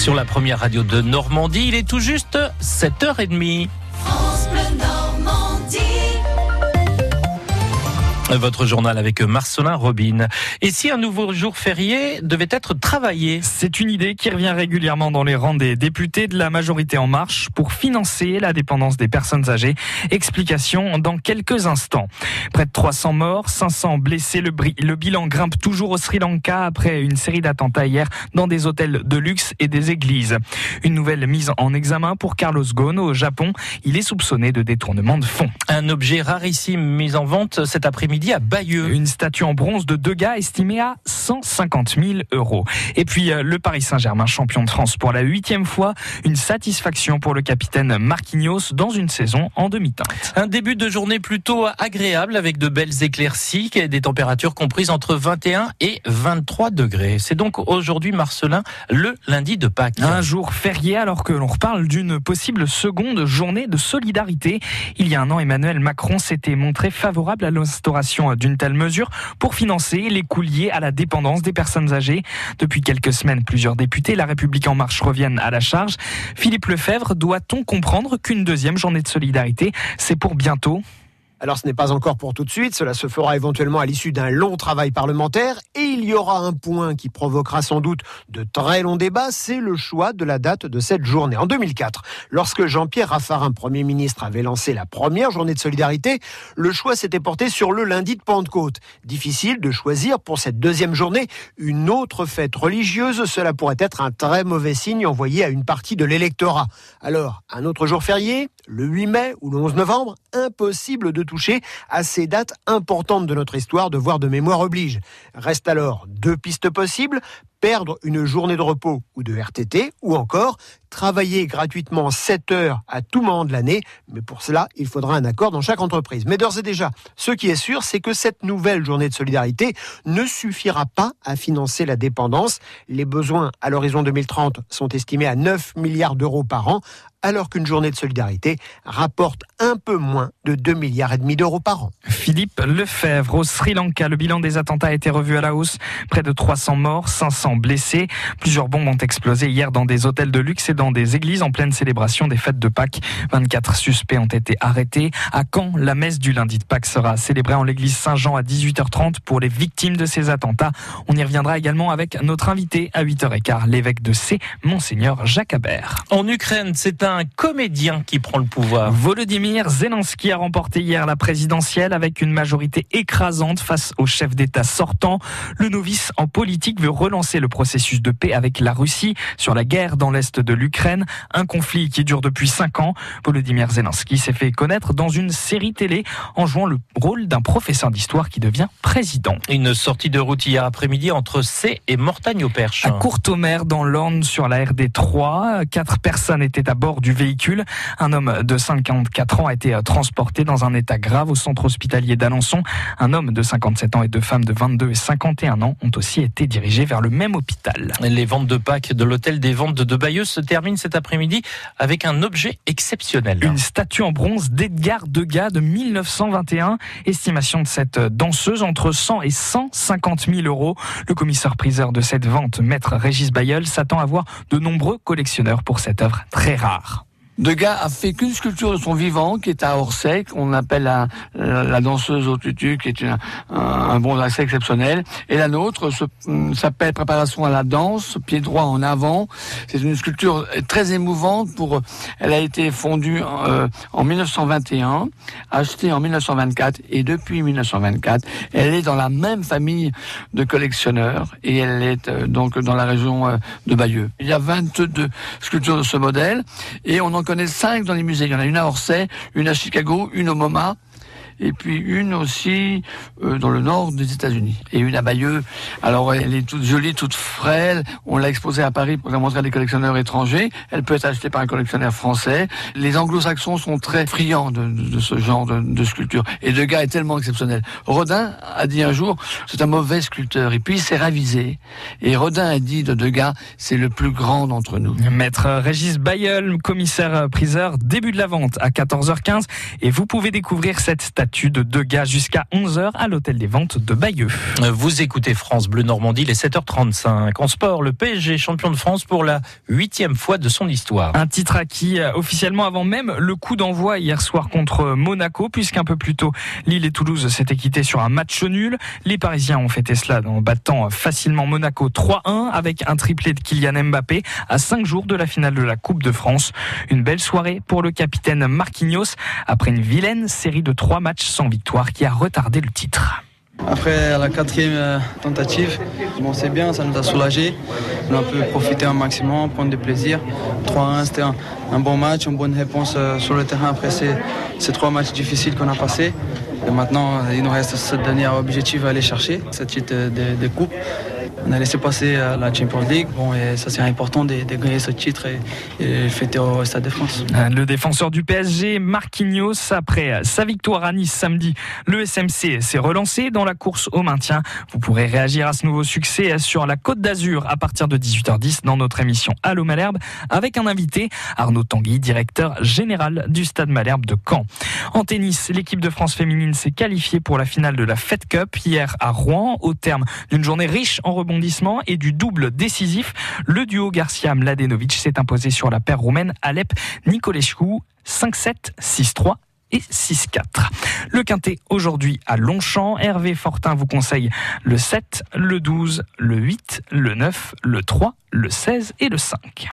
Sur la première radio de Normandie, il est tout juste 7h30. France Bleu Normandie. Votre journal avec Marcelin Robin. Et si un nouveau jour férié devait être travaillé ? C'est une idée qui revient régulièrement dans les rangs des députés de la majorité En Marche pour financer la dépendance des personnes âgées. Explication dans quelques instants. Près de 300 morts, 500 blessés. Le bilan grimpe toujours au Sri Lanka après une série d'attentats hier dans des hôtels de luxe et des églises. Une nouvelle mise en examen pour Carlos Ghosn au Japon. Il est soupçonné de détournement de fonds. Un objet rarissime mis en vente cet après-midi à Bayeux. Une statue en bronze de Degas estimée à 150 000 €. Et puis le Paris Saint-Germain, champion de France pour la 8e fois. Une satisfaction pour le capitaine Marquinhos dans une saison en demi-teinte. Un début de journée plutôt agréable avec de belles éclaircies et des températures comprises entre 21 et 23 degrés. C'est donc aujourd'hui, Marcelin, le lundi de Pâques. Un jour férié alors que l'on reparle d'une possible seconde journée de solidarité. Il y a un an, Emmanuel Macron s'était montré favorable à l'instauration d'une telle mesure pour financer les coûts liés à la dépendance des personnes âgées. Depuis quelques semaines, plusieurs députés La République En Marche reviennent à la charge. Philippe Lefebvre, doit-on comprendre qu'une deuxième journée de solidarité, c'est pour bientôt ? Alors ce n'est pas encore pour tout de suite, cela se fera éventuellement à l'issue d'un long travail parlementaire et il y aura un point qui provoquera sans doute de très longs débats, c'est le choix de la date de cette journée. En 2004, lorsque Jean-Pierre Raffarin, Premier ministre, avait lancé la première journée de solidarité, le choix s'était porté sur le lundi de Pentecôte. Difficile de choisir pour cette deuxième journée une autre fête religieuse, cela pourrait être un très mauvais signe envoyé à une partie de l'électorat. Alors, un autre jour férié, le 8 mai ou le 11 novembre, impossible de toucher à ces dates importantes de notre histoire, devoir de mémoire oblige. Reste alors deux pistes possibles, perdre une journée de repos ou de RTT, ou encore travailler gratuitement 7 heures à tout moment de l'année, mais pour cela, il faudra un accord dans chaque entreprise. Mais d'ores et déjà, ce qui est sûr, c'est que cette nouvelle journée de solidarité ne suffira pas à financer la dépendance. Les besoins à l'horizon 2030 sont estimés à 9 milliards d'euros par an, alors qu'une journée de solidarité rapporte un peu moins de 2,5 milliards d'euros par an. Philippe Lefebvre, au Sri Lanka, le bilan des attentats a été revu à la hausse. Près de 300 morts, 500 blessés. Plusieurs bombes ont explosé hier dans des hôtels de luxe et dans des églises en pleine célébration des fêtes de Pâques. 24 suspects ont été arrêtés. À Caen, la messe du lundi de Pâques sera célébrée en l'église Saint-Jean à 18h30 pour les victimes de ces attentats. On y reviendra également avec notre invité à 8h15, l'évêque de C, Monseigneur Jacques Habert. En Ukraine, c'est un comédien qui prend le pouvoir. Volodymyr Zelensky a remporté hier la présidentielle avec une majorité écrasante face au chef d'État sortant. Le novice en politique veut relancer le processus de paix avec la Russie sur la guerre dans l'est de l'Ukraine, un conflit qui dure depuis 5 ans. Volodymyr Zelensky s'est fait connaître dans une série télé en jouant le rôle d'un professeur d'histoire qui devient président. Une sortie de route hier après-midi entre C et Mortagne-au-Perche. À Courtomère, dans l'Orne, sur la RD 3, 4 personnes étaient à bord du véhicule. Un homme de 54 ans a été transporté dans un état grave au centre hospitalier d'Alençon. Un homme de 57 ans et 2 femmes de 22 et 51 ans ont aussi été dirigés vers le même hôpital. Les ventes de Pâques de l'hôtel des ventes de Bayeux se terminent cet après-midi avec un objet exceptionnel. Une statue en bronze d'Edgar Degas de 1921. Estimation de cette danseuse entre 100 et 150 000 €. Le commissaire-priseur de cette vente, maître Régis Bayeul, s'attend à voir de nombreux collectionneurs pour cette œuvre très rare. Degas a fait qu'une sculpture de son vivant qui est à Orsay, qu'on appelle la danseuse au tutu, qui est un bronze assez exceptionnel. Et la nôtre s'appelle Préparation à la danse, pied droit en avant. C'est une sculpture très émouvante. Elle a été fondue en 1921, achetée en 1924, et depuis 1924, elle est dans la même famille de collectionneurs et elle est donc dans la région de Bayeux. Il y a 22 sculptures de ce modèle et on en connaît 5 dans les musées. Il y en a une à Orsay, une à Chicago, une au MoMA, et puis une aussi dans le nord des États-Unis. Et une à Bayeux. Alors elle est toute jolie, toute frêle. On l'a exposée à Paris pour la montrer à des collectionneurs étrangers. Elle peut être achetée par un collectionneur français. Les anglo-saxons sont très friands de ce genre de sculpture. Et Degas est tellement exceptionnel. Rodin a dit un jour, c'est un mauvais sculpteur. Et puis il s'est ravisé. Et Rodin a dit de Degas, c'est le plus grand d'entre nous. Maître Régis Bayeul, commissaire-priseur, début de la vente à 14h15. Et vous pouvez découvrir cette statue statut de Degas jusqu'à 11h à l'hôtel des Ventes de Bayeux. Vous écoutez France Bleu Normandie, les 7h35. En sport, le PSG champion de France pour la 8e fois de son histoire. Un titre acquis officiellement avant même le coup d'envoi hier soir contre Monaco, puisqu'un peu plus tôt, Lille et Toulouse s'étaient quittés sur un match nul. Les Parisiens ont fêté cela en battant facilement Monaco 3-1 avec un triplé de Kylian Mbappé à 5 jours de la finale de la Coupe de France. Une belle soirée pour le capitaine Marquinhos après une vilaine série de 3 matchs sans victoire qui a retardé le titre. Après la 4e tentative, c'est bien, ça nous a soulagés. On a pu profiter un maximum, prendre du plaisir. 3-1, c'était un bon match, une bonne réponse sur le terrain après ces 3 matchs difficiles qu'on a passés. Et maintenant, il nous reste ce dernier objectif à aller chercher, ce titre de coupe. On a laissé passer la Champions League. Et ça c'est important de gagner ce titre et fêter au Stade de France. Le défenseur du PSG, Marquinhos, après sa victoire à Nice samedi, le SMC s'est relancé dans la course au maintien. Vous pourrez réagir à ce nouveau succès sur la Côte d'Azur à partir de 18h10 dans notre émission Allô Malherbe avec un invité, Arnaud Tanguy, directeur général du Stade Malherbe de Caen. En tennis, l'équipe de France féminine s'est qualifiée pour la finale de la Fed Cup hier à Rouen au terme d'une journée riche en rebondissements et du double décisif. Le duo Garcia-Mladenovic s'est imposé sur la paire roumaine Alep Nicolescu 5-7, 6-3 et 6-4. Le quintet aujourd'hui à Longchamp. Hervé Fortin vous conseille le 7, le 12, le 8, le 9, le 3, le 16 et le 5.